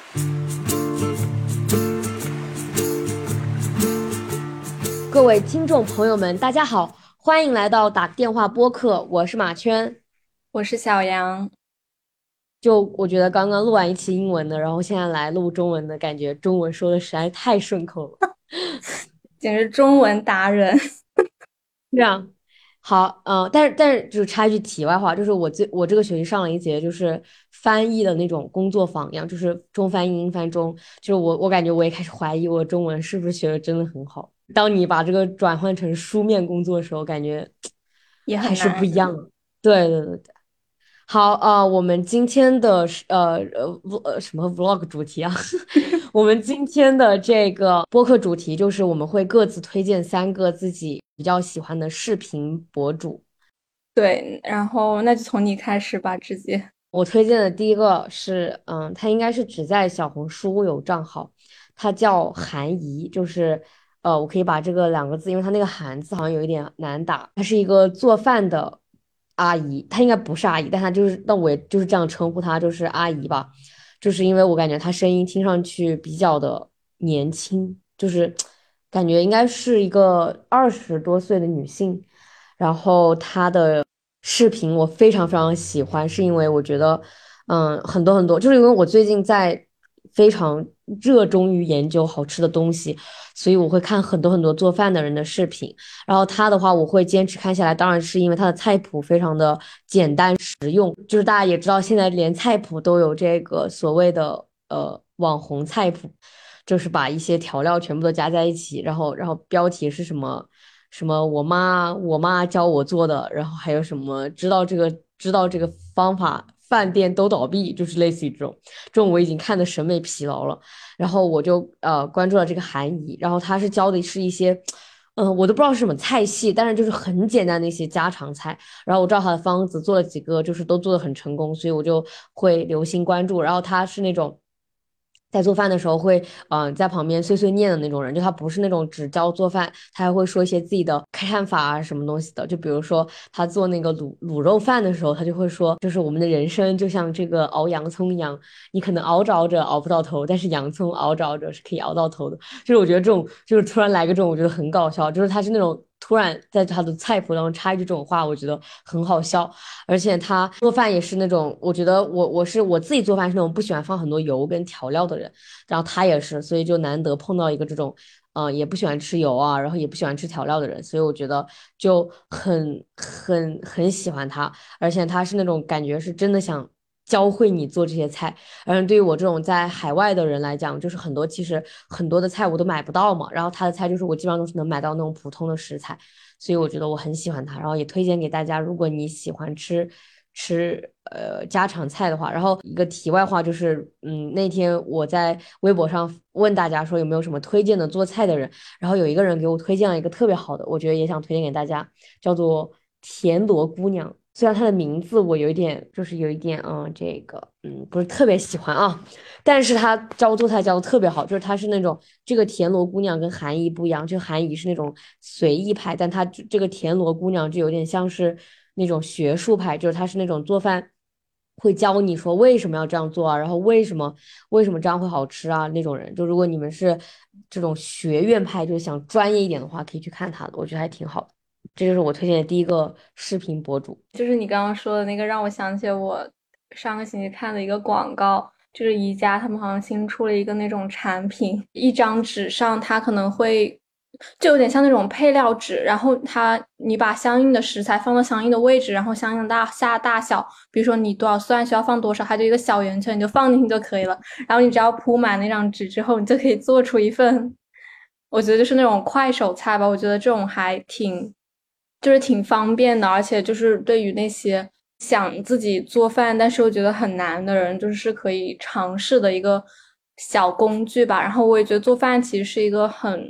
各位听众朋友们，大家好，欢迎来到打电话播客，我是马圈。 我是小杨。 就我觉得刚刚录完一期英文的，然后现在来录中文的，感觉中文说的实在太顺口了。 简直中文达人。 这样，好，但是就是插一句题外话，就是我这个学期上了一节就是翻译的那种工作坊一样，就是中翻英，英翻中，就是我感觉我也开始怀疑我中文是不是学的真的很好。当你把这个转换成书面工作的时候，感觉也还是不很难。 一样的。对对对对。好，我们今天的什么 vlog 主题啊？我们今天的这个播客主题就是我们会各自推荐3个自己比较喜欢的视频博主。 对，然后那就从你开始吧，直接。 我推荐的第一个是，他应该是只在小红书有账号，他叫韩怡，就是我可以把这个2个字，因为他那个韩字好像有一点难打，她是一个做饭的阿姨，她应该不是阿姨，但她就是，那我也就是这样称呼她，就是阿姨吧，就是因为我感觉她声音听上去比较的年轻，就是感觉应该是一个20多岁的女性，然后她的视频我非常非常喜欢，是因为我觉得，很多很多，就是因为我最近在非常热衷于研究好吃的东西，所以我会看很多很多做饭的人的视频。然后他的话，我会坚持看下来，当然是因为他的菜谱非常的简单实用。就是大家也知道，现在连菜谱都有这个所谓的网红菜谱，就是把一些调料全部都加在一起，然后标题是什么什么我妈教我做的，然后还有什么知道这个方法，饭店都倒闭，就是类似于这种我已经看的审美疲劳了。然后我就关注了这个韩怡，然后他是教的是一些。我都不知道是什么菜系，但是就是很简单的一些家常菜。然后我知道他的方子做了几个，就是都做的很成功，所以我就会留心关注。然后他是那种在做饭的时候会在旁边碎碎念的那种人，就他不是那种只教做饭，他还会说一些自己的看法啊什么东西的。就比如说他做那个卤肉饭的时候，他就会说，就是我们的人生就像这个熬洋葱一样，你可能熬着熬着熬不到头，但是洋葱熬着熬着是可以熬到头的。就是我觉得这种就是突然来个这种，我觉得很搞笑，就是他是那种突然在他的菜谱当中插一句这种话，我觉得很好笑。而且他做饭也是那种，我觉得我自己做饭是那种不喜欢放很多油跟调料的人，然后他也是，所以就难得碰到一个这种，也不喜欢吃油啊，然后也不喜欢吃调料的人，所以我觉得就很喜欢他，而且他是那种感觉是真的想教会你做这些菜，而对于我这种在海外的人来讲，就是其实很多的菜我都买不到嘛，然后他的菜就是我基本上都是能买到那种普通的食材。所以我觉得我很喜欢它，然后也推荐给大家，如果你喜欢吃家常菜的话，然后一个题外话就是，那天我在微博上问大家说有没有什么推荐的做菜的人，然后有一个人给我推荐了一个特别好的，我觉得也想推荐给大家，叫做田螺姑娘。虽然她的名字我有一点不是特别喜欢啊，但是她教做菜教的特别好，就是她是那种这个田螺姑娘跟韩姨不一样，就韩姨是那种随意派，但她这个田螺姑娘就有点像是那种学术派，就是她是那种做饭会教你说为什么要这样做啊，然后为什么这样会好吃啊那种人。就如果你们是这种学院派，就是想专业一点的话，可以去看她的，我觉得还挺好的。这就是我推荐的第一个视频博主。 就是你刚刚说的那个，让我想起我上个星期看的一个广告，就是宜家他们好像新出了一个那种产品，一张纸上它可能会就有点像那种配料纸，然后你把相应的食材放到相应的位置，然后相应的大小，比如说你多少蒜需要放多少，它就一个小圆圈，你就放进去就可以了。然后你只要铺满那张纸之后，你就可以做出一份，我觉得就是那种快手菜吧。我觉得这种还挺方便的，而且就是对于那些想自己做饭但是又觉得很难的人，就是可以尝试的一个小工具吧。然后我也觉得做饭其实是一个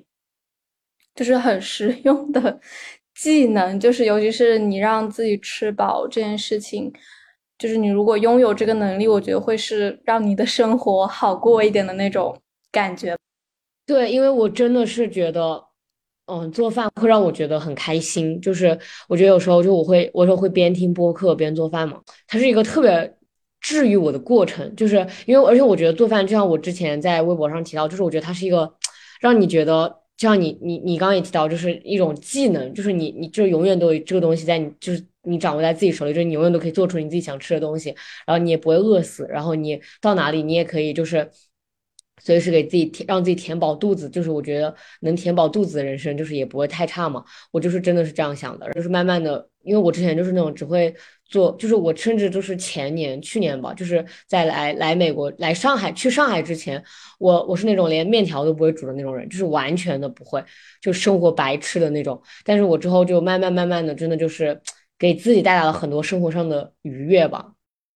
很实用的技能，就是尤其是你让自己吃饱这件事情，就是你如果拥有这个能力，我觉得会是让你的生活好过一点的那种感觉。 对，因为我真的是觉得，做饭会让我觉得很开心。就是我觉得有时候就我有时候会边听播客边做饭嘛，它是一个特别治愈我的过程，就是因为而且我觉得做饭就像我之前在微博上提到，就是我觉得它是一个让你觉得。就像你刚刚也提到，就是一种技能，就是你就永远都有这个东西在你，就是你掌握在自己手里，就是你永远都可以做出你自己想吃的东西，然后你也不会饿死，然后你到哪里你也可以就是随时给自己让自己填饱肚子，就是我觉得能填饱肚子的人生就是也不会太差嘛。我就是真的是这样想的，就是慢慢的，因为我之前就是那种只会做，就是我甚至就是前年去年吧，就是在来美国来上海去上海之前，我是那种连面条都不会煮的那种人，就是完全的不会，就生活白痴的那种。但是我之后就慢慢的，真的就是给自己带来了很多生活上的愉悦吧。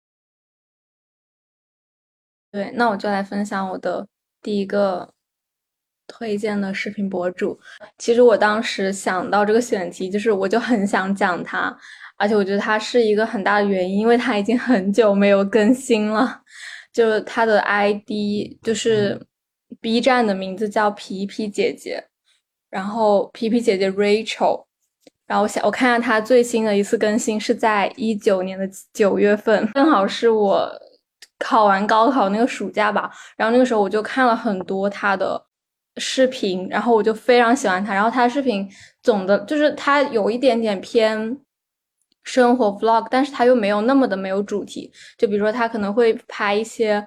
对，那我就来分享我的第一个推荐的视频博主。其实我当时想到这个选题，就是我就很想讲他，而且我觉得他是一个很大的原因，因为他已经很久没有更新了。就是他的 ID 就是 B 站的名字叫皮皮姐姐，然后皮皮姐姐 Rachel。然后我看下他最新的一次更新是在19年的9月份，正好是我考完高考那个暑假吧。然后那个时候我就看了很多他的视频，然后我就非常喜欢他。然后他的视频总的就是他有一点点偏生活 vlog，但是他又没有那么的没有主题。就比如说他可能会拍一些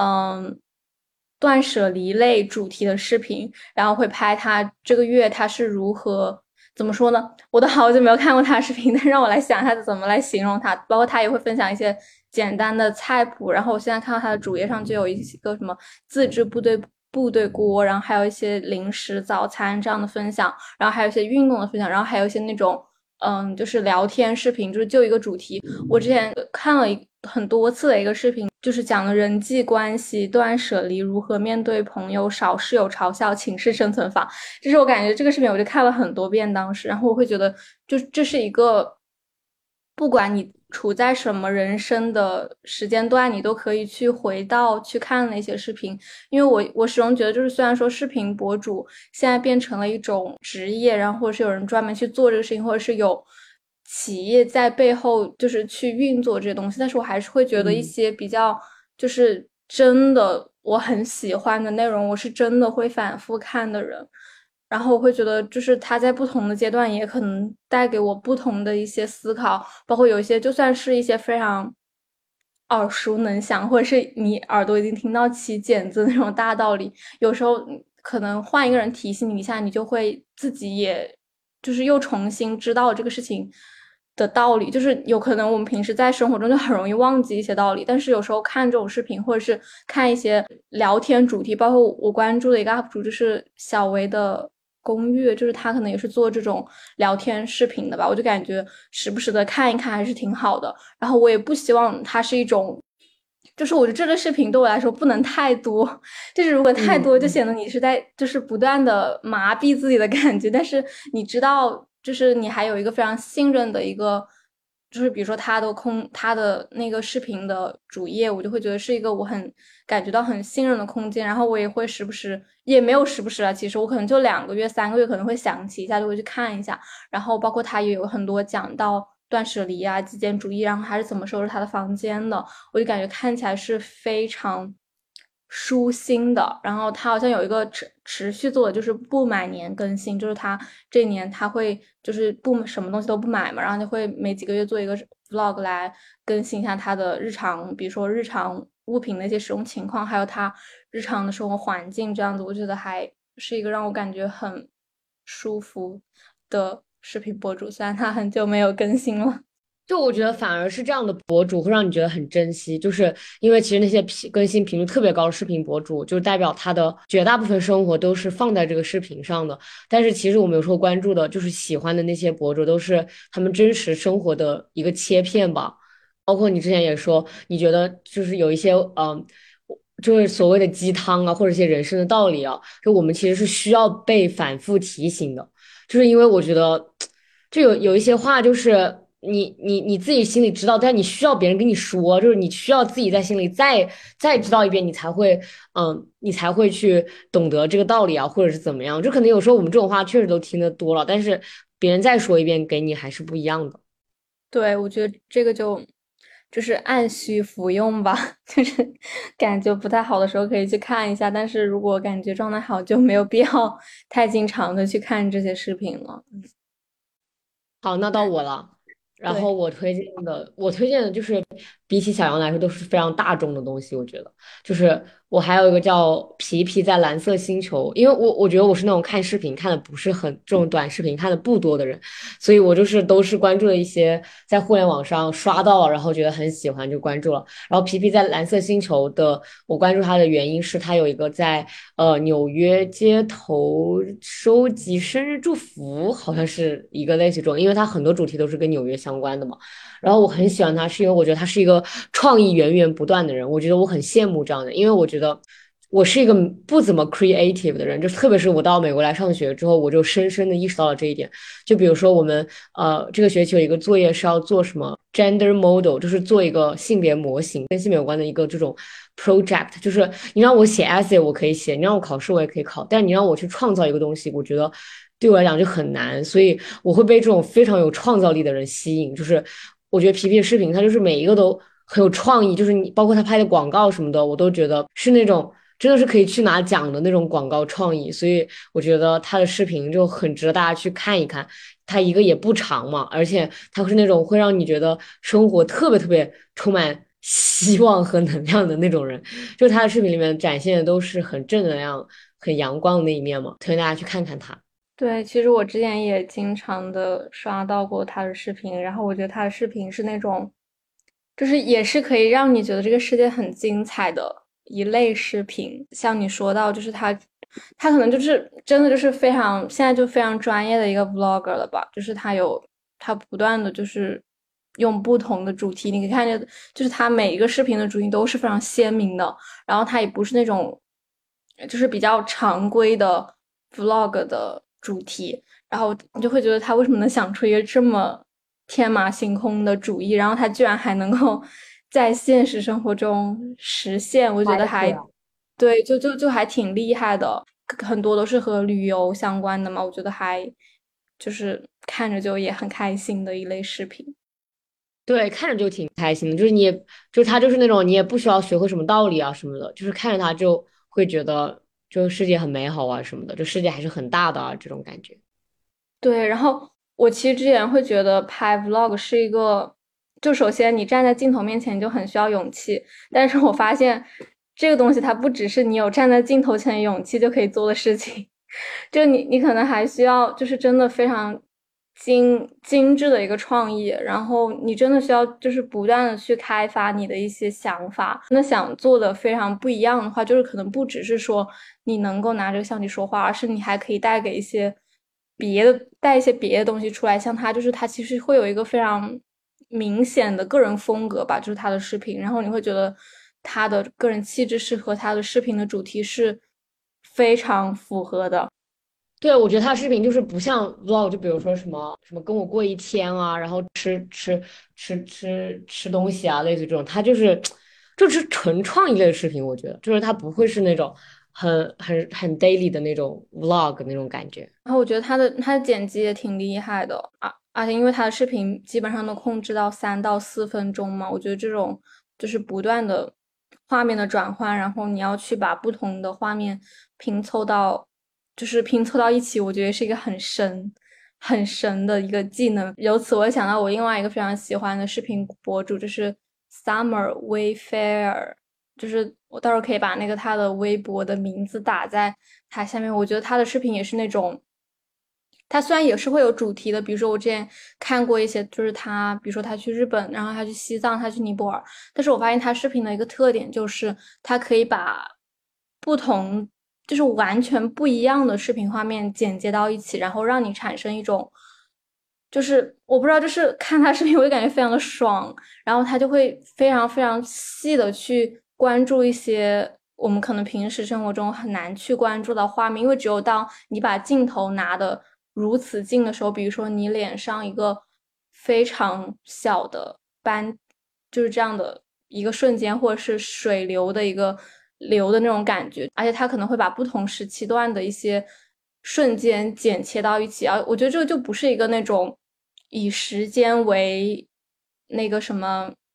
断舍离类主题的视频，然后会拍他这个月他是如何。怎么说呢？我都好久没有看过他的视频，但让我来想一下怎么来形容他。包括他也会分享一些简单的菜谱，然后我现在看到他的主页上就有一个什么自制部队锅，然后还有一些零食早餐这样的分享，然后还有一些运动的分享，然后还有一些那种就是聊天视频，就一个主题。我之前看了很多次的一个视频，就是讲了人际关系、断舍离、如何面对朋友、少室友嘲笑、寝室生存法。就是我感觉这个视频我就看了很多遍，当时，然后我会觉得，就这是一个，不管你处在什么人生的时间段，你都可以去回到去看那些视频。因为我始终觉得，就是虽然说视频博主现在变成了一种职业，然后或者是有人专门去做这个事情，或者是有企业在背后就是去运作这些东西，但是我还是会觉得一些比较就是真的我很喜欢的内容，我是真的会反复看的人。然后我会觉得，就是他在不同的阶段也可能带给我不同的一些思考，包括有一些就算是一些非常耳熟能详，或者是你耳朵已经听到起茧子那种大道理，有时候可能换一个人提醒你一下，你就会自己也就是又重新知道这个事情的道理。就是有可能我们平时在生活中就很容易忘记一些道理，但是有时候看这种视频，或者是看一些聊天主题，包括我关注的一个 UP 主就是小维的公寓，就是他可能也是做这种聊天视频的吧，我就感觉时不时的看一看还是挺好的。然后我也不希望它是一种，就是我觉得这个视频对我来说不能太多，就是如果太多就显得你是在就是不断的麻痹自己的感觉。但是你知道，就是你还有一个非常信任的一个。就是比如说他的那个视频的主页，我就会觉得是一个我很感觉到很信任的空间，然后我也会时不时，也没有时不时啊，其实我可能就2个月、3个月可能会想起一下，就会去看一下。然后包括他也有很多讲到断舍离啊、极简主义，然后他是怎么收拾他的房间的，我就感觉看起来是非常舒心的。然后他好像有一个持续做的就是不买年更新，就是他这一年他会就是不什么东西都不买嘛，然后就会每几个月做一个 vlog 来更新一下他的日常，比如说日常物品的一些使用情况，还有他日常的生活环境这样子，我觉得还是一个让我感觉很舒服的视频博主，虽然他很久没有更新了。 就我觉得反而是这样的博主会让你觉得很珍惜，就是因为其实那些更新频率特别高的视频博主，就代表他的绝大部分生活都是放在这个视频上的。但是其实我们有时候关注的就是喜欢的那些博主，都是他们真实生活的一个切片吧。包括你之前也说，你觉得就是有一些就是所谓的鸡汤啊，或者一些人生的道理啊，就我们其实是需要被反复提醒的。就是因为我觉得，就有一些话，就是你自己心里知道，但你需要别人跟你说，就是你需要自己在心里再知道一遍，你才会去懂得这个道理啊，或者是怎么样。就可能有时候我们这种话确实都听得多了，但是别人再说一遍给你还是不一样的。 对，我觉得这个就就是按需服用吧，就是感觉不太好的时候可以去看一下，但是如果感觉状态好，就没有必要太经常的去看这些视频了。 好，那到我了。然对。 后我推荐的就是比起小羊来说都是非常大众的东西，我觉得就是我还有一个叫皮皮在蓝色星球，因为我觉得我是那种看视频看的不是很这种短视频看的不多的人，所以我就是都是关注了一些在互联网上刷到了，然后觉得很喜欢就关注了。然后皮皮在蓝色星球的，我关注他的原因是他有一个在纽约街头收集生日祝福，好像是一个类似这种，因为他很多主题都是跟纽约相关的嘛。然后我很喜欢他，是因为我觉得他是一个创意源源不断的人，我觉得我很羡慕这样的，因为我觉得。我是一个不怎么 creative 的人，就特别是我到美国来上学之后，我就深深的意识到了这一点。就比如说我们这个学期有一个作业是要做什么 gender model，就是做一个性别模型，跟性别有关的一个这种 project。就是你让我写 essay 我可以写，你让我考试我也可以考，但你让我去创造一个东西，我觉得对我来讲就很难，所以我会被这种非常有创造力的人吸引。就是我觉得皮皮的视频，他就是每一个都很有创意，就是你包括他拍的广告什么的，我都觉得是那种。真的是可以去拿奖的那种广告创意，所以我觉得他的视频就很值得大家去看一看。他一个也不长嘛，而且他是那种会让你觉得生活特别特别充满希望和能量的那种人。就他的视频里面展现的都是很正能量、很阳光的那一面嘛，推荐大家去看看他。 对，其实我之前也经常的刷到过他的视频，然后我觉得他的视频是那种，就是也是可以让你觉得这个世界很精彩的一类视频。像你说到，就是他可能就是真的就是非常现在就非常专业的一个 vlogger 了吧，就是他不断的就是用不同的主题，你可以看见，就是他每一个视频的主题都是非常鲜明的，然后他也不是那种就是比较常规的 vlog 的主题，然后你就会觉得他为什么能想出一个这么天马行空的主意，然后他居然还能够在现实生活中实现，我觉得还拍出来。 对，就还挺厉害的。很多都是和旅游相关的嘛，我觉得还就是看着就也很开心的一类视频。 对，看着就挺开心的，就是你也，就是他就是那种你也不需要学会什么道理啊什么的，就是看着他就会觉得就世界很美好啊什么的，就世界还是很大的啊这种感觉。 对，然后我其实之前会觉得拍 vlog 是一个，就首先你站在镜头面前你就很需要勇气，但是我发现这个东西它不只是你有站在镜头前的勇气就可以做的事情，就你可能还需要就是真的非常精致的一个创意，然后你真的需要就是不断的去开发你的一些想法。那想做的非常不一样的话，就是可能不只是说你能够拿这个相机说话，而是你还可以带一些别的东西出来。像他就是他其实会有一个非常明显的个人风格吧，就是他的视频，然后你会觉得他的个人气质是和他的视频的主题是非常符合的。 对，我觉得他的视频就是不像 vlog，就比如说什么什么跟我过一天啊，然后吃东西啊，类似这种，他就是纯创意类的视频，我觉得就是他不会是那种很 daily 的那种 vlog 那种感觉。 然后我觉得他的剪辑也挺厉害的，而且因为他的视频基本上都控制到3到4分钟嘛，我觉得这种就是不断的画面的转换，然后你要去把不同的画面拼凑到一起，我觉得是一个很神的一个技能。由此我也想到我另外一个非常喜欢的视频博主，就是 Summer Wayfair，就是我到时候可以把那个他的微博的名字打在他下面。我觉得他的视频也是那种，他虽然也是会有主题的，比如说我之前看过一些，就是他，比如说他去日本，然后他去西藏，他去尼泊尔，但是我发现他视频的一个特点就是他可以把不同，就是完全不一样的视频画面剪接到一起，然后让你产生一种。就是我不知道，就是看他视频，我就感觉非常的爽，然后他就会非常非常细的去关注一些我们可能平时生活中很难去关注到画面，因为只有当你把镜头拿的如此近的时候，比如说你脸上一个非常小的斑，就是这样的一个瞬间，或者是水流的一个流的那种感觉，而且他可能会把不同时期段的一些瞬间剪切到一起，我觉得这个就不是一个那种以时间为那个什么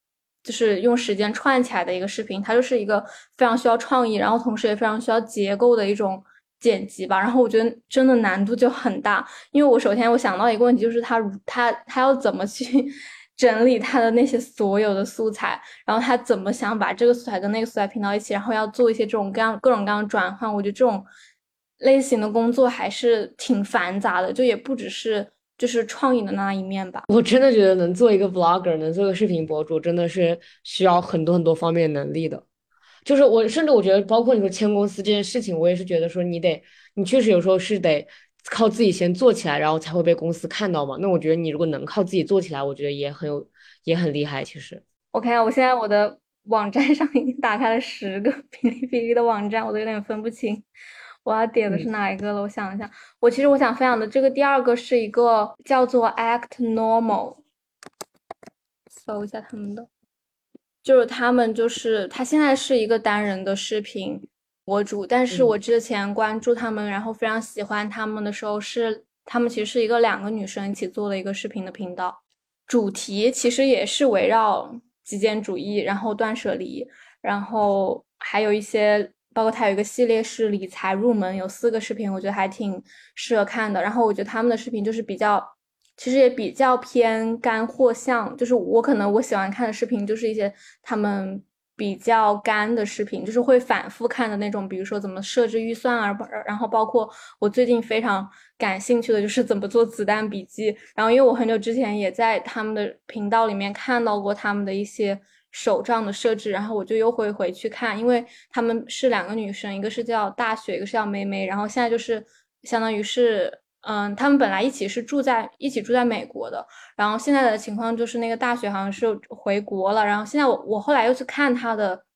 就是用时间串起来的一个视频，它就是一个非常需要创意，然后同时也非常需要结构的一种剪辑吧。然后我觉得真的难度就很大，因为我首先我想到一个问题，就是他要怎么去整理他的那些所有的素材，然后他怎么想把这个素材跟那个素材拼到一起，然后要做一些这种各种各样的转换。我觉得这种类型的工作还是挺繁杂的，就也不只是就是创意的那一面吧。 我真的觉得能做一个 vlogger，能做个视频博主，真的是需要很多很多方面能力的。就是我甚至我觉得，包括你说签公司这件事情，我也是觉得说你确实有时候是得靠自己先做起来，然后才会被公司看到嘛。那我觉得你如果能靠自己做起来，我觉得也很厉害。其实我看我现在我的网站上已经打开了10个哔哩哔哩的网站，我都有点分不清我要点的是哪一个了。我想一下，其实我想分享的这个第二个是一个叫做 Act Normal，搜一下他们的，就是他们就是他现在是一个单人的视频博主，但是我之前关注他们，然后非常喜欢他们的时候是他们其实是一个2个女生一起做的一个视频的频道，主题其实也是围绕极简主义，然后断舍离，然后还有一些包括它有一个系列是理财入门，有4个视频，我觉得还挺适合看的。然后我觉得他们的视频就是其实也比较偏干货向，就是我喜欢看的视频就是一些他们比较干的视频，就是会反复看的那种，比如说怎么设置预算啊，然后包括我最近非常感兴趣的就是怎么做子弹笔记，然后因为我很久之前也在他们的频道里面看到过他们的一些手账的设置，然后我就又会回去看，因为他们是2个女生，一个是叫大雪，一个是叫梅梅，然后现在就是相当于是他们本来一起住在美国的，然后现在的情况就是那个大学好像是回国了，然后现在我后来又去看他的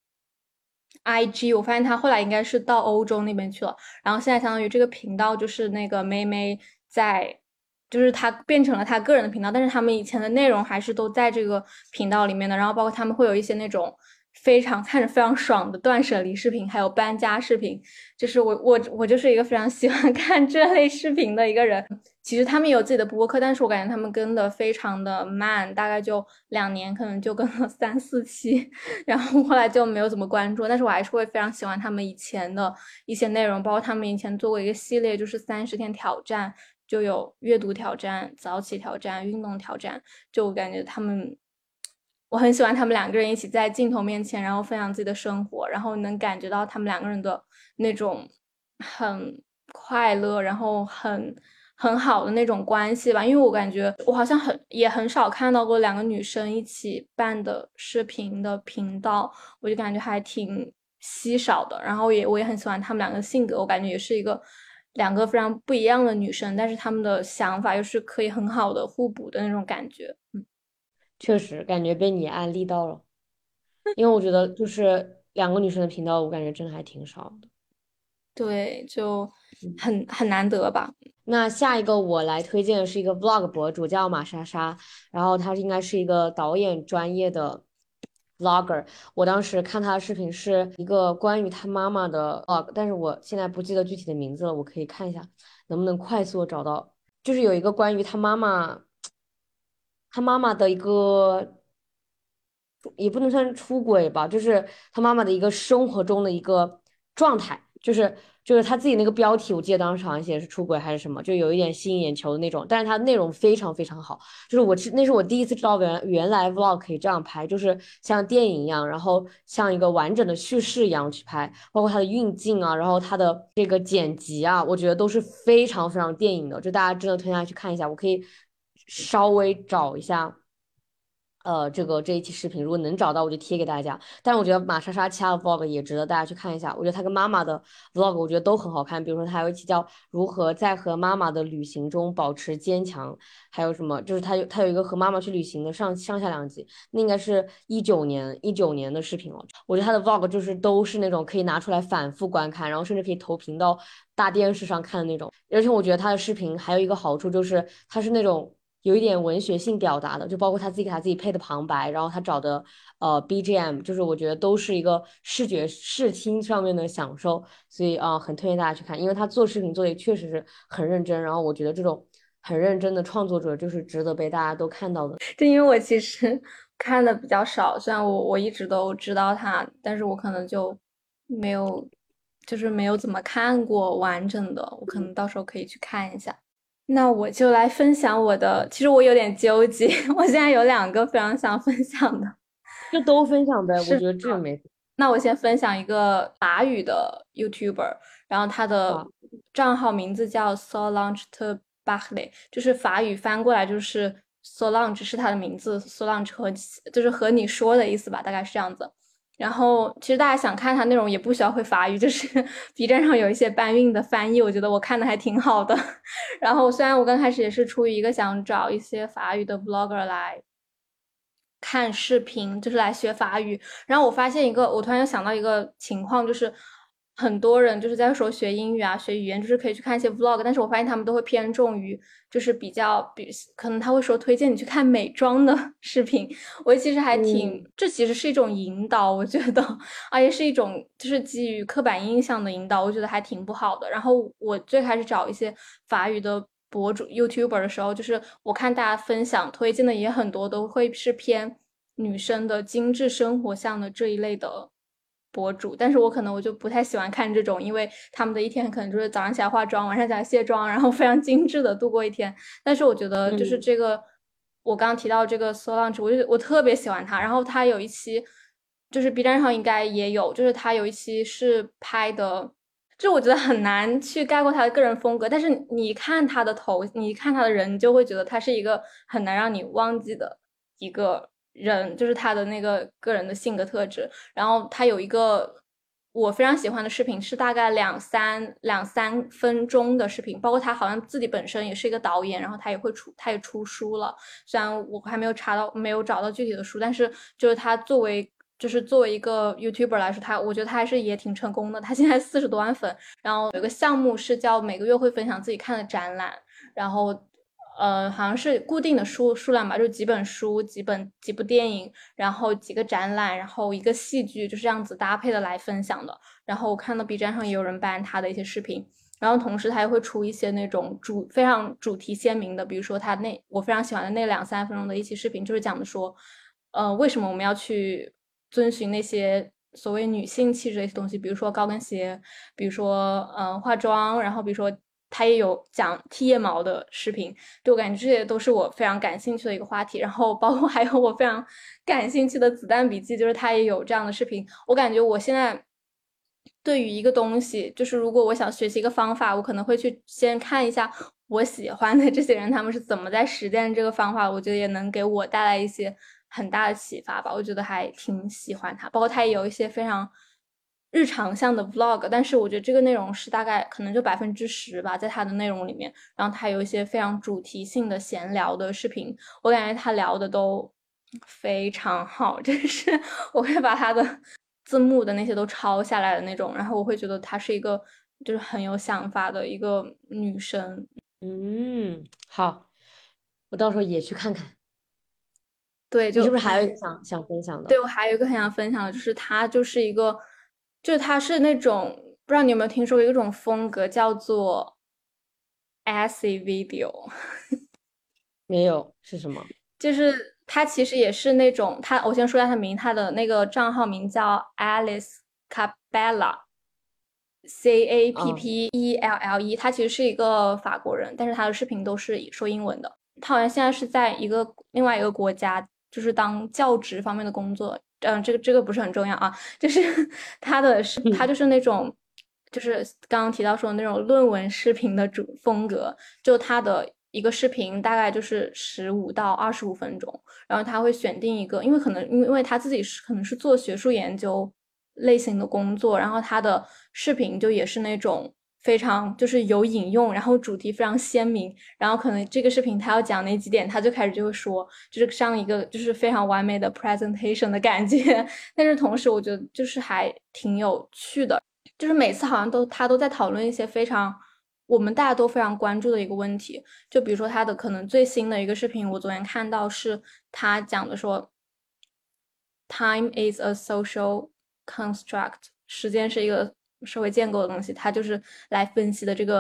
IG，我发现他后来应该是到欧洲那边去了，然后现在相当于这个频道就是那个妹妹就是他变成了他个人的频道，但是他们以前的内容还是都在这个频道里面的，然后包括他们会有一些那种看着非常爽的断舍离视频，还有搬家视频，就是我就是一个非常喜欢看这类视频的一个人。其实他们有自己的播客，但是我感觉他们跟的非常的慢，大概就2年，可能就跟了3、4期，然后后来就没有怎么关注。但是我还是会非常喜欢他们以前的一些内容，包括他们以前做过一个系列，就是30天挑战，就有阅读挑战、早起挑战、运动挑战，就我感觉我很喜欢他们2个人一起在镜头面前，然后分享自己的生活，然后能感觉到他们2个人的那种很快乐，然后很好的那种关系吧。因为我感觉我好像也很少看到过2个女生一起办的视频的频道，我就感觉还挺稀少的。然后我也很喜欢他们2个性格，我感觉也是2个非常不一样的女生，但是他们的想法又是可以很好的互补的那种感觉。 确实感觉被你安利到了，因为我觉得就是两个女生的频道，我感觉真的还挺少的。 对，就很难得吧。 那下一个我来推荐的是一个 vlog 博主，叫马莎莎，然后他应该是一个导演专业的 vlogger。我当时看他的视频是一个关于他妈妈的 vlog，但是我现在不记得具体的名字了，我可以看一下能不能快速地找到。就是有一个关于他妈妈的一个，也不能算是出轨吧，就是他妈妈的一个生活中的一个状态，就是他自己那个标题，我记得当时好像写的是出轨还是什么，就有一点吸引眼球的那种，但是它内容非常非常好，那是我第一次知道原来 vlog 可以这样拍，就是像电影一样，然后像一个完整的叙事一样去拍，包括它的运镜啊，然后它的这个剪辑啊，我觉得都是非常非常电影的，就大家真的推荐大家去看一下，我可以稍微找一下。这一期视频，如果能找到，我就贴给大家。但是我觉得马莎莎其他的 vlog 也值得大家去看一下。我觉得她跟妈妈的 vlog 我觉得都很好看。比如说，她有一期叫《如何在和妈妈的旅行中保持坚强》，还有什么就是她有一个和妈妈去旅行的上下2集，那应该是19年的视频了。我觉得她的 vlog 就是都是那种可以拿出来反复观看，然后甚至可以投屏到大电视上看的那种。而且我觉得她的视频还有一个好处就是它是那种。有一点文学性表达的，就包括他自己给他自己配的旁白，然后他找的BGM，就是我觉得都是一个视听上面的享受，所以很推荐大家去看，因为他做视频做的确实是很认真，然后我觉得这种很认真的创作者就是值得被大家都看到的。 就因为我其实看的比较少，虽然我一直都知道他，但是我可能就没有，就是没有怎么看过完整的，我可能到时候可以去看一下。那我就来分享我的，其实我有点纠结，我现在有2个非常想分享的就都分享呗，我视频。 觉得这个没那我先分享一个法语的 YouTuber，然后他的好。 账号名字叫 Solange de Barley，就是法语翻过来就是 Solange 是他的名字，Solange 就是和你说的意思吧，大概是这样子。然后其实大家想看他内容也不需要会法语，就是 B 站上有一些搬运的翻译，我觉得我看的还挺好的。然后虽然我刚开始也是出于一个想找一些法语的 vlogger 来看视频，就是来学法语。然后我发现我突然又想到一个情况，就是很多人就是在说学英语啊、学语言，就是可以去看一些 vlog，但是我发现他们都会偏重于就是可能他会说推荐你去看美妆的视频。我其实还挺， 嗯这其实是一种引导，我觉得，而且是一种就是基于刻板印象的引导，我觉得还挺不好的。然后我最开始找一些法语的博主 YouTuber 的时候，就是我看大家分享推荐的也很多，都会是偏女生的精致生活向的这一类的博主，但是我可能就不太喜欢看这种，因为他们的一天可能就是早上起来化妆，晚上起来卸妆，然后非常精致的度过一天。但是我觉得就是嗯这个，我刚刚提到这个 Solange，我特别喜欢他。然后他有一期就是 B 站上应该也有，就是他有一期是拍的。就我觉得很难去概括他的个人风格，但是你看他的头，你看他的人，你就会觉得他是一个很难让你忘记的一个人，就是他的那个个人的性格特质。然后他有一个我非常喜欢的视频，是大概两三分钟的视频，包括他好像自己本身也是一个导演，然后他也出书了，虽然我还没有找到具体的书，但是就是他作为一个 YouTuber 来说，我觉得他还是也挺成功的。他现在40多万粉，然后有个项目是叫每个月会分享自己看的展览，然后好像是固定的数量吧，就几本书、几部电影，然后几个展览，然后一个戏剧，就是这样子搭配的来分享的。然后我看到 B 站上也有人搬他的一些视频，然后同时他也会出一些那种非常主题鲜明的，比如说我非常喜欢的那2、3分钟的一期视频，就是讲的说，为什么我们要去遵循那些所谓女性气质的一些东西，比如说高跟鞋，比如说化妆，然后比如说他也有讲剃腋毛的视频，就我感觉这些都是我非常感兴趣的一个话题。然后包括还有我非常感兴趣的子弹笔记，就是他也有这样的视频。我感觉我现在对于一个东西，就是如果我想学习一个方法，我可能会去先看一下我喜欢的这些人他们是怎么在实践这个方法，我觉得也能给我带来一些很大的启发吧。我觉得还挺喜欢他，包括他也有一些非常日常向的 vlog，但是我觉得这个内容是大概可能就10%吧，在他的内容里面。然后他有一些非常主题性的闲聊的视频，我感觉他聊的都非常好，就是我会把他的字幕的那些都抄下来的那种，然后我会觉得她是一个就是很有想法的一个女生。 嗯，好，我到时候也去看看。 对， 你是不是还有一个想分享的？ 对我还有一个很想分享的，就是她就是一个，就是她是那种不知道你有没有听说过一种风格叫做 essay video， 没有，是什么？ 就是她其实也是那种我先说一下她的那个账号名叫 Alice Capella。 嗯 Cappelle，他其实是一个法国人，但是他的视频都是说英文的。他好像现在是在另外一个国家，就是当教职方面的工作。这个不是很重要啊，就是他就是那种，就是刚刚提到说的那种论文视频的风格，就他的一个视频大概就是15到25分钟，然后他会选定一个，因为他自己可能是做学术研究类型的工作，然后他的视频就也是那种非常就是有引用，然后主题非常鲜明，然后可能这个视频他要讲哪几点，他就开始就会说，就是像一个就是非常完美的 presentation 的感觉，但是同时我觉得就是还挺有趣的，就是每次好像他都在讨论一些非常我们大家都非常关注的一个问题，就比如说他的可能最新的一个视频，我昨天看到是他讲的说，Time is a social construct，时间是一个社会建构的东西，它就是来分析的这个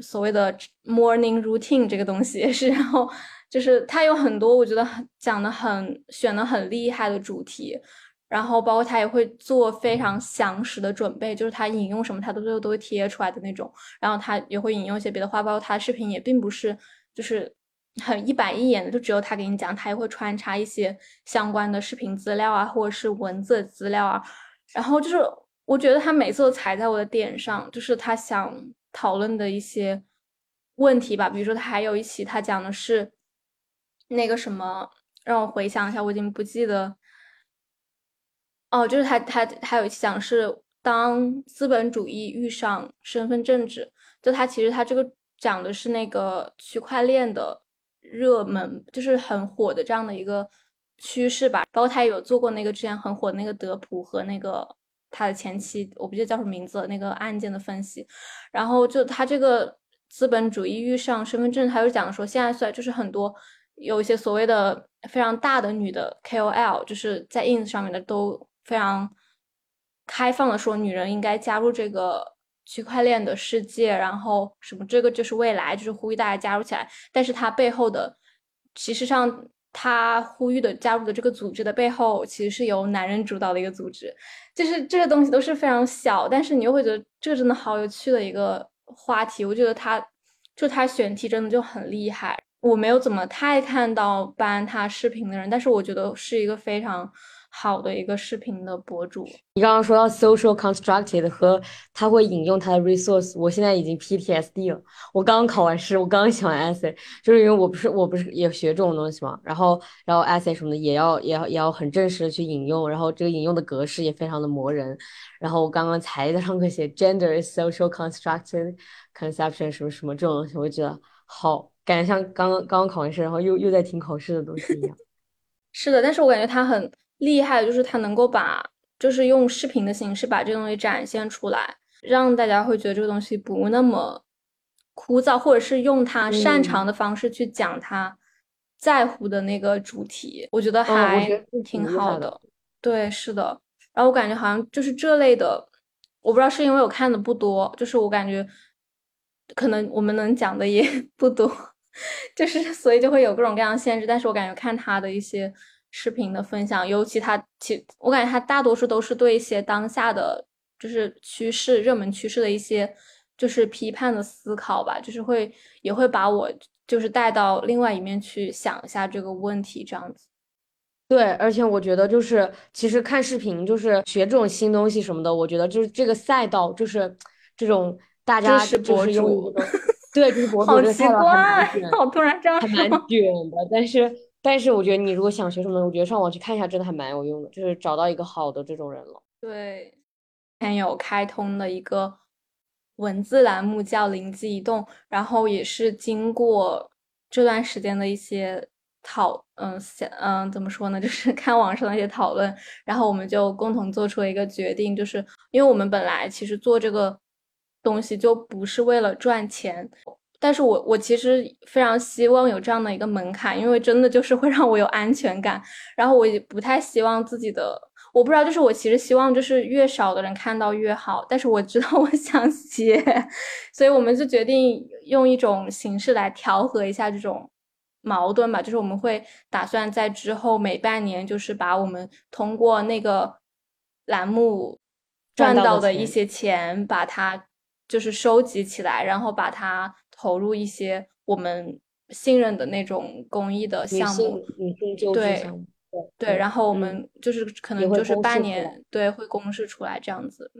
所谓的 morning routine 这个东西也是，然后就是他有很多我觉得选的很厉害的主题，然后包括他也会做非常详实的准备，就是他引用什么他都会贴出来的那种，然后他也会引用一些别的话，包括他的视频也并不是就是很一板一眼的，就只有他给你讲，他也会穿插一些相关的视频资料啊，或者是文字资料啊，然后就是我觉得他每次都踩在我的点上，就是他想讨论的一些问题吧，比如说他还有一期他讲的是那个什么，让我回想一下，我已经不记得。哦，就是他有一期讲是当资本主义遇上身份政治，就其实他这个讲的是那个区块链的热门，就是很火的这样的一个趋势吧。包括他也有做过那个之前很火的那个德普和那个他的前妻，我不记得叫什么名字了，那个案件的分析。然后就他这个资本主义遇上身份证，他就讲说现在虽然就是很多有一些所谓的非常大的女的 KOL，就是在 ins 上面的都非常开放的说女人应该加入这个区块链的世界，然后什么这个就是未来，就是呼吁大家加入起来。但是它背后的，其实上他呼吁的加入的这个组织的背后，其实是由男人主导的一个组织。就是这个东西都是非常小，但是你又会觉得这个真的好有趣的一个话题。我觉得他选题真的就很厉害。我没有怎么太看到搬他视频的人，但是我觉得是一个非常好的一个视频的博主。 你刚刚说到 social constructed 和他会引用他的 resource，我现在已经 PTSD 了。我刚刚考完试，我刚刚写完 essay，就是因为我不是也学这种东西嘛，然后 essay 什么的也要很正式的去引用，然后这个引用的格式也非常的磨人。然后我刚刚才在上课写 gender is social constructed conception 什么什么这种东西，我就觉得好，感觉像刚刚考完试，然后又在听考试的东西一样。 是的，但是我感觉他很厉害，就是他能够就是用视频的形式把这个东西展现出来，让大家会觉得这个东西不那么枯燥，或者是用他擅长的方式去讲他在乎的那个主题，我觉得我还觉得是挺挺厉害的。 好的。对，是的。然后我感觉好像就是这类的，我不知道是因为我看的不多，就是我感觉可能我们能讲的也不多。就是所以就会有各种各样的限制，但是我感觉看他的一些视频的分享，尤其我感觉他大多数都是对一些当下的就是热门趋势的一些就是批判的思考吧，就是也会把我就是带到另外一面去想一下这个问题，这样子。 对，而且我觉得就是其实看视频就是学这种新东西什么的，我觉得就是这个赛道就是这种大家知识博就是用主， 这个对，知识博主这个好奇赛道还蛮怪， 卷， 我突然这样还蛮说。 卷的。但是我觉得你如果想学什么，我觉得上网去看一下真的还蛮有用的，就是找到一个好的这种人了。 对，还有开通的一个文字栏目叫“灵机一动”，然后也是经过这段时间的一些怎么说呢，就是看网上的一些讨论，然后我们就共同做出了一个决定，就是因为我们本来其实做这个东西就不是为了赚钱。但是我其实非常希望有这样的一个门槛，因为真的就是会让我有安全感。然后我也不太希望自己的，我不知道，就是我其实希望就是越少的人看到越好。但是我知道我想写，所以我们就决定用一种形式来调和一下这种矛盾吧。就是我们会打算在之后每半年，就是把我们通过那个栏目赚到的一些钱，把它就是收集起来，然后把它投入一些我们信任的那种公益的项目， 女性救治项目， 对，然后我嗯， 们就是可也会能就是公示出来。 半年，对，会公示出来这样子。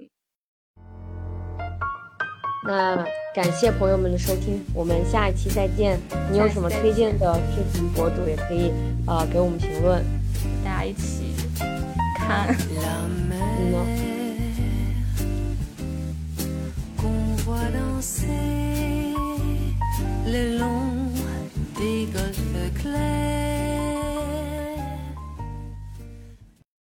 那感谢朋友们的收听，我们下一期再见。你有什么推荐的视频博主，也可以给我们评论， 大家一起看。 呢？